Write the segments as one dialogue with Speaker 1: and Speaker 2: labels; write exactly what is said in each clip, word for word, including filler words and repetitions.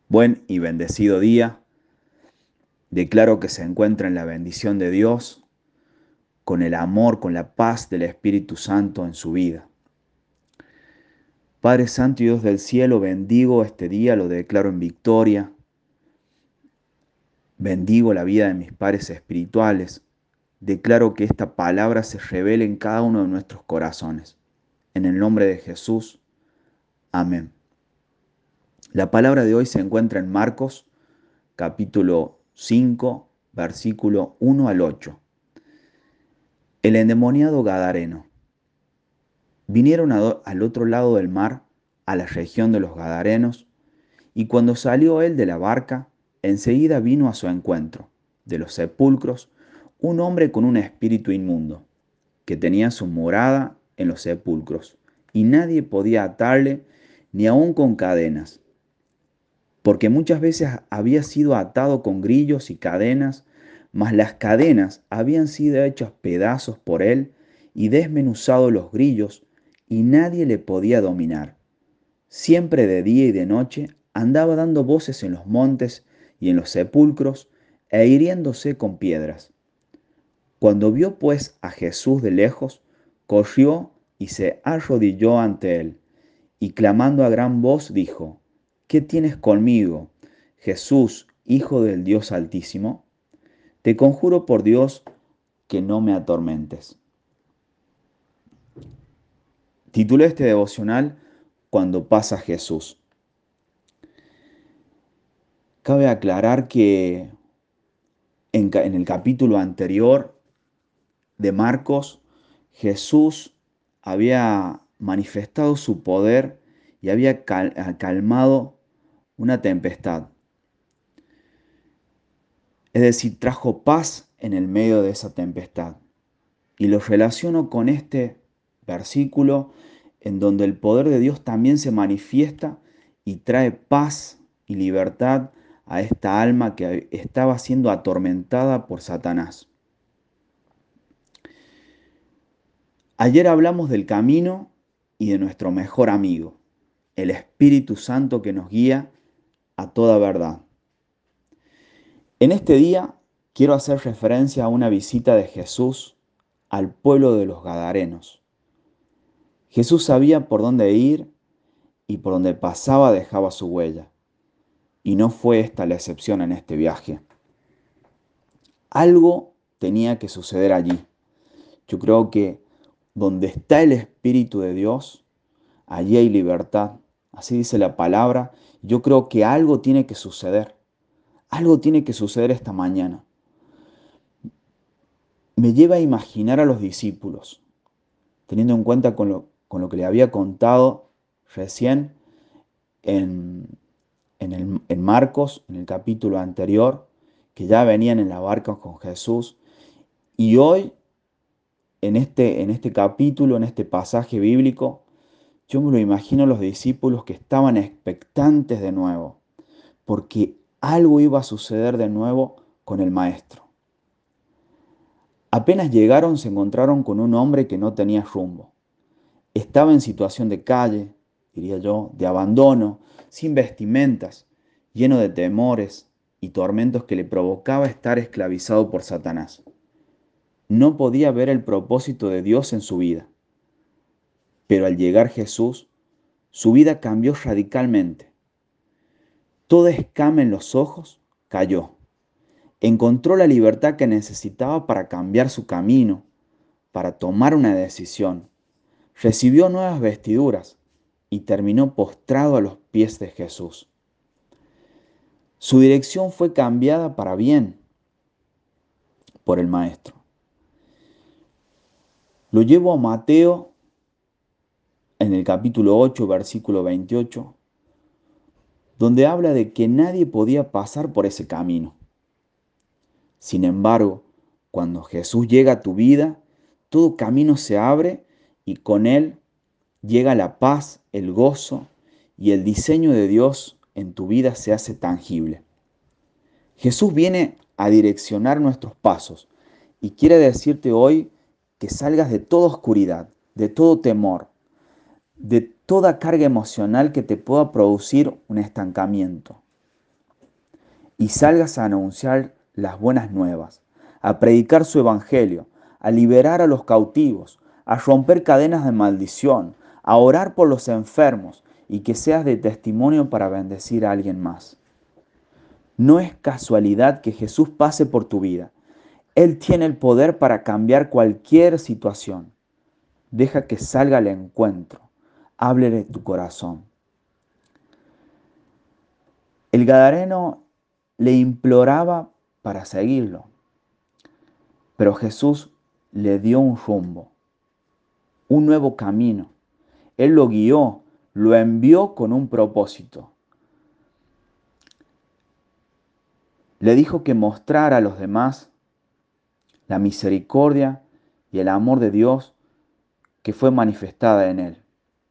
Speaker 1: Buen y bendecido día. Declaro que se encuentra en la bendición de Dios, con el amor, con la paz del Espíritu Santo en su vida. Padre Santo y Dios del cielo, bendigo este día, lo declaro en victoria. Bendigo la vida de mis padres espirituales. Declaro que esta palabra se revele en cada uno de nuestros corazones. En el nombre de Jesús. Amén. La palabra de hoy se encuentra en Marcos, capítulo cinco, versículo uno al ocho. El endemoniado Gadareno. Vinieron a- al otro lado del mar, a la región de los Gadarenos, y cuando salió él de la barca, enseguida vino a su encuentro, de los sepulcros, un hombre con un espíritu inmundo, que tenía su morada en los sepulcros, y nadie podía atarle, ni aun con cadenas, porque muchas veces había sido atado con grillos y cadenas, mas las cadenas habían sido hechas pedazos por él y desmenuzado los grillos, y nadie le podía dominar. Siempre de día y de noche andaba dando voces en los montes y en los sepulcros, e hiriéndose con piedras. Cuando vio pues a Jesús de lejos, corrió y se arrodilló ante él, y clamando a gran voz dijo: ¿Qué tienes conmigo, Jesús, Hijo del Dios Altísimo? Te conjuro por Dios que no me atormentes. Titulé este devocional Cuando pasa Jesús. Cabe aclarar que en, ca- en el capítulo anterior de Marcos, Jesús había manifestado su poder y había cal- calmado una tempestad. Es decir, trajo paz en el medio de esa tempestad. Y lo relaciono con este versículo en donde el poder de Dios también se manifiesta y trae paz y libertad a esta alma que estaba siendo atormentada por Satanás. Ayer hablamos del camino y de nuestro mejor amigo, el Espíritu Santo que nos guía a toda verdad. En este día quiero hacer referencia a una visita de Jesús al pueblo de los Gadarenos. Jesús sabía por dónde ir y por donde pasaba dejaba su huella. Y no fue esta la excepción en este viaje. Algo tenía que suceder allí. Yo creo que donde está el Espíritu de Dios, allí hay libertad. Así dice la palabra. Yo creo que algo tiene que suceder. Algo tiene que suceder esta mañana. Me lleva a imaginar a los discípulos, teniendo en cuenta con lo, con lo que le había contado recién en, en, el, en Marcos, en el capítulo anterior, que ya venían en la barca con Jesús. Y hoy, en este, en este capítulo, en este pasaje bíblico, yo me lo imagino a los discípulos que estaban expectantes de nuevo, porque algo iba a suceder de nuevo con el Maestro. Apenas llegaron, se encontraron con un hombre que no tenía rumbo. Estaba en situación de calle, diría yo, de abandono, sin vestimentas, lleno de temores y tormentos que le provocaba estar esclavizado por Satanás. No podía ver el propósito de Dios en su vida, pero al llegar Jesús, su vida cambió radicalmente. Toda escama en los ojos cayó. Encontró la libertad que necesitaba para cambiar su camino, para tomar una decisión. Recibió nuevas vestiduras y terminó postrado a los pies de Jesús. Su dirección fue cambiada para bien por el Maestro. Lo llevo a Mateo en el capítulo ocho, versículo veintiocho, donde habla de que nadie podía pasar por ese camino. Sin embargo, cuando Jesús llega a tu vida, todo camino se abre y con él llega la paz, el gozo y el diseño de Dios en tu vida se hace tangible. Jesús viene a direccionar nuestros pasos y quiere decirte hoy que salgas de toda oscuridad, de todo temor, de toda carga emocional que te pueda producir un estancamiento. y salgas a anunciar las buenas nuevas, a predicar su evangelio, a liberar a los cautivos, a romper cadenas de maldición, a orar por los enfermos y que seas de testimonio para bendecir a alguien más. No es casualidad que Jesús pase por tu vida. Él tiene el poder para cambiar cualquier situación. Deja que salga al encuentro. Hable de tu corazón. El gadareno le imploraba para seguirlo, pero Jesús le dio un rumbo, un nuevo camino. Él lo guió, lo envió con un propósito. Le dijo que mostrara a los demás la misericordia y el amor de Dios que fue manifestada en él.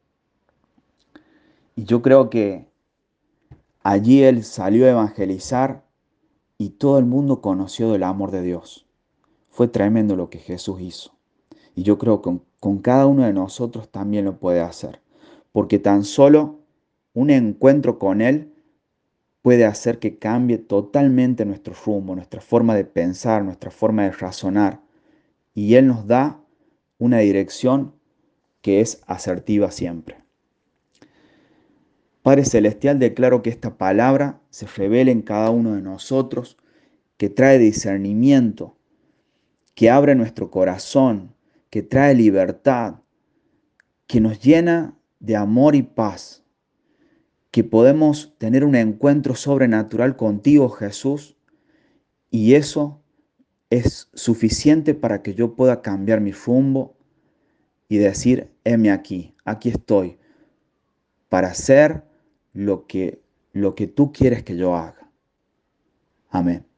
Speaker 1: Y yo creo que allí él salió a evangelizar y todo el mundo conoció del amor de Dios. Fue tremendo lo que Jesús hizo. Y yo creo que con, con cada uno de nosotros también lo puede hacer. Porque tan solo un encuentro con Él puede hacer que cambie totalmente nuestro rumbo, nuestra forma de pensar, nuestra forma de razonar. Y Él nos da una dirección que es asertiva siempre. Padre Celestial, declaro que esta palabra se revele en cada uno de nosotros, que trae discernimiento, que abre nuestro corazón, que trae libertad, que nos llena de amor y paz, que podemos tener un encuentro sobrenatural contigo, Jesús, y eso es suficiente para que yo pueda cambiar mi rumbo y decir, heme aquí, aquí estoy, para hacer lo que, lo que tú quieres que yo haga. Amén.